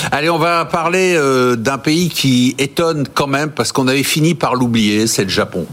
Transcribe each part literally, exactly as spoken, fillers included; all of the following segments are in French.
Allez, on va parler euh, d'un pays qui étonne quand même, parce qu'on avait fini par l'oublier, c'est le Japon.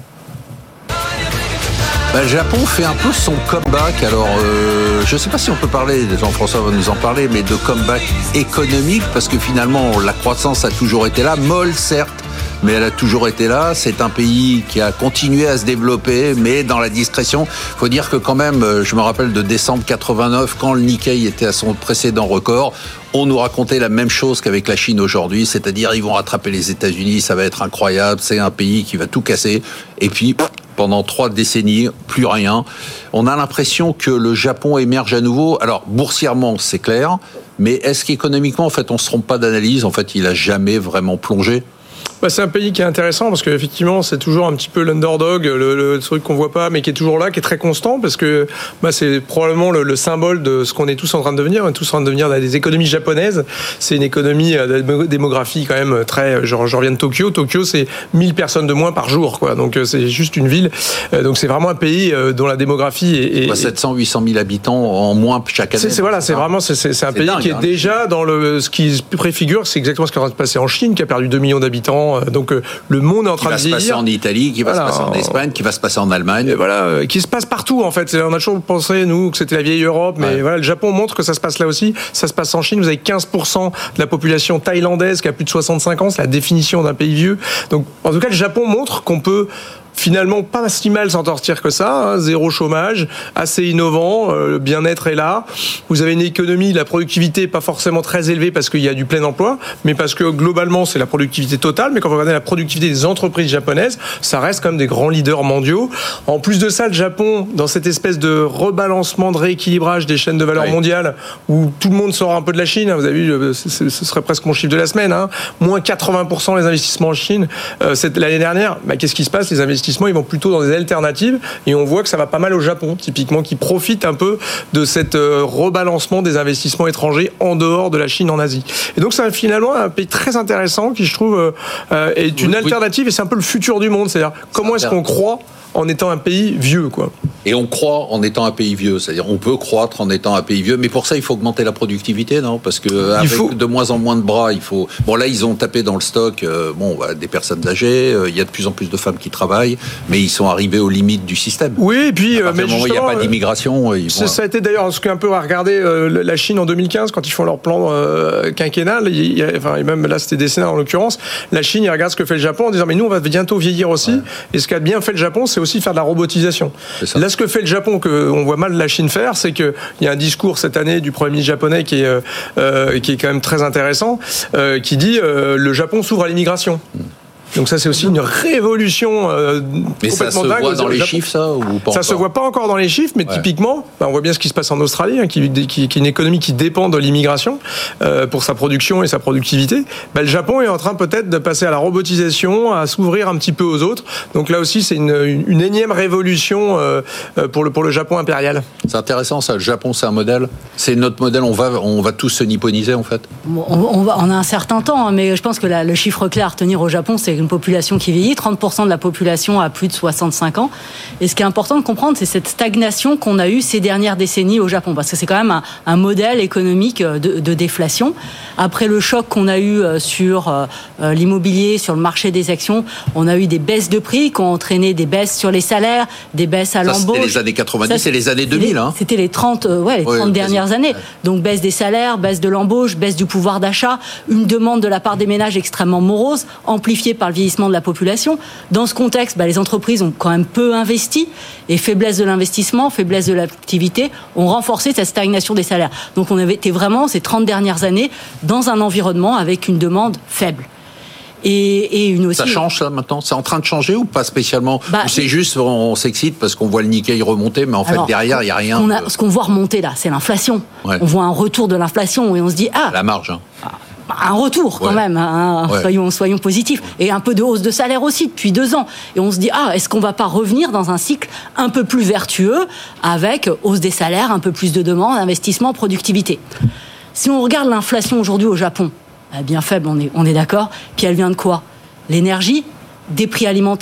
Ben, le Japon fait un peu son comeback. Alors, euh, je ne sais pas si on peut parler, Jean-François va nous en parler, mais de comeback économique, parce que finalement, la croissance a toujours été là, molle certes, mais elle a toujours été là. C'est un pays qui a continué à se développer, mais dans la discrétion. Il faut dire que quand même, je me rappelle de décembre quatre-vingt-neuf, quand le Nikkei était à son précédent record, on nous racontait la même chose qu'avec la Chine aujourd'hui, c'est-à-dire ils vont rattraper les États-Unis, ça va être incroyable, c'est un pays qui va tout casser. Et puis, pendant trois décennies, plus rien. On a l'impression que le Japon émerge à nouveau. Alors, boursièrement, c'est clair, mais est-ce qu'économiquement, en fait, on ne se trompe pas d'analyse? En fait, il n'a jamais vraiment plongé. Bah, c'est un pays qui est intéressant parce qu'effectivement, c'est toujours un petit peu l'underdog, le, le truc qu'on voit pas, mais qui est toujours là, qui est très constant, parce que bah, c'est probablement le, le symbole de ce qu'on est tous en train de devenir. On est tous en train de devenir des économies japonaises. C'est une économie de démographie quand même très. Genre, je reviens de Tokyo. Tokyo, c'est mille personnes de moins par jour, quoi. Donc c'est juste une ville. Donc c'est vraiment un pays dont la démographie est. est sept cents à huit cent mille habitants en moins chaque année. C'est, c'est voilà, c'est vraiment c'est, c'est, c'est un c'est pays dingue, qui est hein. déjà dans le ce qui préfigure, c'est exactement ce qui est en train de se passer en Chine, qui a perdu deux millions d'habitants. Donc le monde est en train de vieillir. Qui va se passer en Italie, qui va voilà, se passer en Espagne, qui va se passer en Allemagne. Et voilà, qui se passe partout en fait. On a toujours pensé nous que c'était la vieille Europe, mais ouais. voilà, le Japon montre que ça se passe là aussi. Ça se passe en Chine. Vous avez quinze pour cent de la population thaïlandaise qui a plus de soixante-cinq ans. C'est la définition d'un pays vieux. Donc en tout cas, le Japon montre qu'on peut finalement pas si mal s'en sortir que ça, hein, zéro chômage, assez innovant, euh, le bien-être est là. Vous avez une économie, la productivité pas forcément très élevée parce qu'il y a du plein emploi, mais parce que globalement c'est la productivité totale. Mais quand vous regardez la productivité des entreprises japonaises, ça reste quand même des grands leaders mondiaux. En plus de ça, le Japon, dans cette espèce de rebalancement, de rééquilibrage des chaînes de valeur ouais. mondiales, où tout le monde sort un peu de la Chine, hein, vous avez vu, ce serait presque mon chiffre de la semaine, hein, moins quatre-vingts pour cent les investissements en Chine euh, cette, l'année dernière. Bah, qu'est-ce qui se passe? Les investissements ils vont plutôt dans des alternatives et on voit que ça va pas mal au Japon typiquement qui profite un peu de cet euh, rebalancement des investissements étrangers en dehors de la Chine en Asie. Et donc c'est finalement un pays très intéressant qui je trouve euh, est une oui, alternative oui. et c'est un peu le futur du monde, c'est-à-dire comment est-ce qu'on croit en étant un pays vieux, quoi. Et on croit en étant un pays vieux, c'est-à-dire on peut croître en étant un pays vieux, mais pour ça il faut augmenter la productivité, non? Parce que avec faut... de moins en moins de bras, il faut. Bon là ils ont tapé dans le stock, euh, bon bah, des personnes âgées, euh, il y a de plus en plus de femmes qui travaillent, mais ils sont arrivés aux limites du système. Oui, et puis à partir du moment où il n'y a pas d'immigration, ils vont... ça a été d'ailleurs ce qu'un peu à regarder euh, la Chine en deux mille quinze quand ils font leur plan euh, quinquennal, il y a, enfin même là c'était décennal en l'occurrence. La Chine, ils regardent ce que fait le Japon en disant mais nous on va bientôt vieillir aussi. Ouais. Et ce qu'a bien fait le Japon, c'est aussi faire de la robotisation. Là, ce que fait le Japon, qu'on voit mal la Chine faire, c'est qu'il y a un discours cette année du Premier ministre japonais qui est, euh, qui est quand même très intéressant, euh, qui dit euh, le Japon s'ouvre à l'immigration. Mmh. Donc ça, c'est aussi une révolution euh, mais complètement dingue. Mais ça se voit dans les Japon. chiffres, ça ou pas Ça encore. se voit pas encore dans les chiffres, mais ouais. typiquement, bah, on voit bien ce qui se passe en Australie, hein, qui, qui, qui est une économie qui dépend de l'immigration euh, pour sa production et sa productivité. Bah, le Japon est en train peut-être de passer à la robotisation, à s'ouvrir un petit peu aux autres. Donc là aussi, c'est une, une, une énième révolution euh, pour, le, pour le Japon impérial. C'est intéressant ça. Le Japon, c'est un modèle. C'est notre modèle. On va, on va tous se nipponiser en fait. Bon, on, on, va, on a un certain temps, hein, mais je pense que la, le chiffre clair à retenir au Japon, c'est une population qui vieillit, trente pour cent de la population a plus de soixante-cinq ans. Et ce qui est important de comprendre, c'est cette stagnation qu'on a eue ces dernières décennies au Japon, parce que c'est quand même un, un modèle économique de, de déflation. Après le choc qu'on a eu sur euh, l'immobilier, sur le marché des actions, on a eu des baisses de prix qui ont entraîné des baisses sur les salaires, des baisses à ça, l'embauche. C'était les années quatre-vingt-dix Ça, et les années deux mille. Hein. C'était les trente, euh, ouais, les trente ouais, dernières années. Ouais. Donc baisse des salaires, baisse de l'embauche, baisse du pouvoir d'achat, une demande de la part des ménages extrêmement morose, amplifiée par le vieillissement de la population. Dans ce contexte, bah, les entreprises ont quand même peu investi et faiblesse de l'investissement, faiblesse de l'activité ont renforcé cette stagnation des salaires. Donc on avait été vraiment ces trente dernières années dans un environnement avec une demande faible. Et, et une aussi... Ça change ça maintenant? C'est en train de changer ou pas spécialement? bah, ou c'est juste on s'excite parce qu'on voit le Nikkei remonter, mais en alors, fait derrière il n'y a rien. On a, ce qu'on voit remonter là, c'est l'inflation. Ouais. On voit un retour de l'inflation et on se dit ah. La marge. Hein. Un retour quand ouais. même, hein, ouais. soyons, soyons positifs. Et un peu de hausse de salaire aussi depuis deux ans. Et on se dit, ah, est-ce qu'on va pas revenir dans un cycle un peu plus vertueux avec hausse des salaires, un peu plus de demande, investissement, productivité. Si on regarde l'inflation aujourd'hui au Japon, bien faible, on est, on est d'accord. Puis elle vient de quoi? L'énergie, des prix alimentaires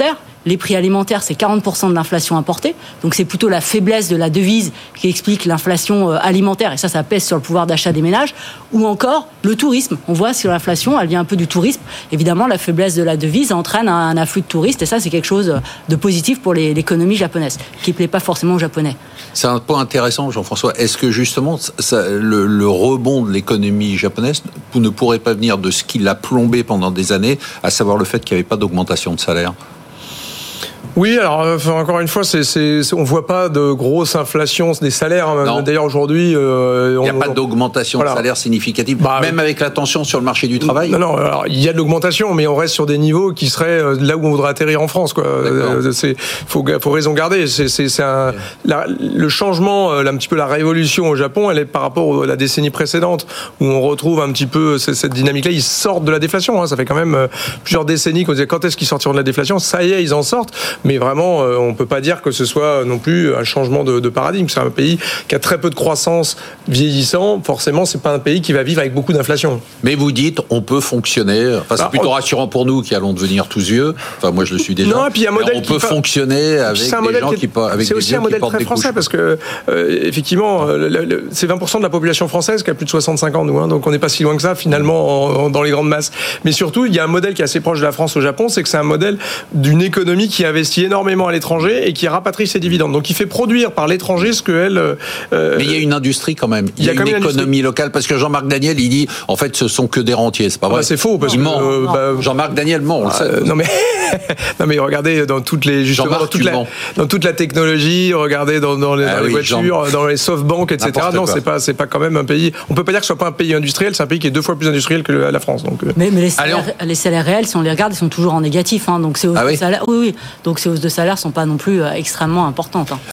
les prix alimentaires, c'est quarante pour cent de l'inflation importée. Donc c'est plutôt la faiblesse de la devise qui explique l'inflation alimentaire. Et ça, ça pèse sur le pouvoir d'achat des ménages. Ou encore le tourisme. On voit sur l'inflation, elle vient un peu du tourisme. Évidemment, la faiblesse de la devise entraîne un afflux de touristes. Et ça, c'est quelque chose de positif pour les, l'économie japonaise, qui ne plaît pas forcément aux Japonais. C'est un point intéressant, Jean-François. Est-ce que justement, ça, le, le rebond de l'économie japonaise ne pourrait pas venir de ce qui l'a plombé pendant des années, à savoir le fait qu'il n'y avait pas d'augmentation de salaire ? Oui, alors enfin, encore une fois, c'est, c'est, c'est, on voit pas de grosse inflation des salaires. Hein. D'ailleurs, aujourd'hui, euh, il n'y a on, pas d'augmentation voilà. de salaire significative, bah, même avec la tension sur le marché du travail. Non, non. Alors, il y a de l'augmentation, mais on reste sur des niveaux qui seraient là où on voudrait atterrir en France. Quoi. C'est, faut, faut raison garder. C'est, c'est, c'est un, la, le changement, un petit peu la révolution au Japon, elle est par rapport à la décennie précédente où on retrouve un petit peu cette dynamique-là. Ils sortent de la déflation. Hein. Ça fait quand même plusieurs décennies qu'on disait quand est-ce qu'ils sortiront de la déflation. Ça y est, ils en sortent. Mais vraiment, on ne peut pas dire que ce soit non plus un changement de, de paradigme. C'est un pays qui a très peu de croissance vieillissant. Forcément, c'est pas un pays qui va vivre avec beaucoup d'inflation. Mais vous dites, on peut fonctionner. Enfin, c'est ah, plutôt on... rassurant pour nous qui allons devenir tous vieux. Enfin, moi, je le suis déjà. Non, et puis un modèle on peut qui fonctionner avec des gens qui, est... qui avec c'est des aussi un modèle très français couches. Parce que euh, effectivement, le, le, c'est vingt pour cent de la population française qui a plus de soixante-cinq ans, nous. Hein, donc, on n'est pas si loin que ça finalement en, en, dans les grandes masses. Mais surtout, il y a un modèle qui est assez proche de la France au Japon, c'est que c'est un modèle d'une économie qui investit énormément à l'étranger et qui rapatrie ses dividendes. Donc il fait produire par l'étranger ce qu'elle... Euh, Mais il y a une industrie quand même. Il y, y a, a une économie une locale. Parce que Jean-Marc Daniel, il dit, en fait, ce sont que des rentiers. C'est pas vrai. Ouais, c'est faux. Parce il que, ment. Euh, bah, Jean-Marc Daniel ment, on le sait. Euh, non mais... non mais regardez dans toutes les... Justement, dans, toute la, dans toute la technologie, regardez dans, dans les, ah dans les oui, voitures, Jean... dans les softbanks, et cetera. N'importe non, quoi. c'est pas, c'est pas quand même un pays... On peut pas dire que ce soit pas un pays industriel, c'est un pays qui est deux fois plus industriel que la France. Donc, mais, mais les, salaires, on... les salaires réels, si on les regarde, ils sont toujours en négatif. Hein, donc ces hausses ah, de oui. salaire... Oui, oui. Donc ces hausses de salaire sont pas non plus extrêmement importante. Hein.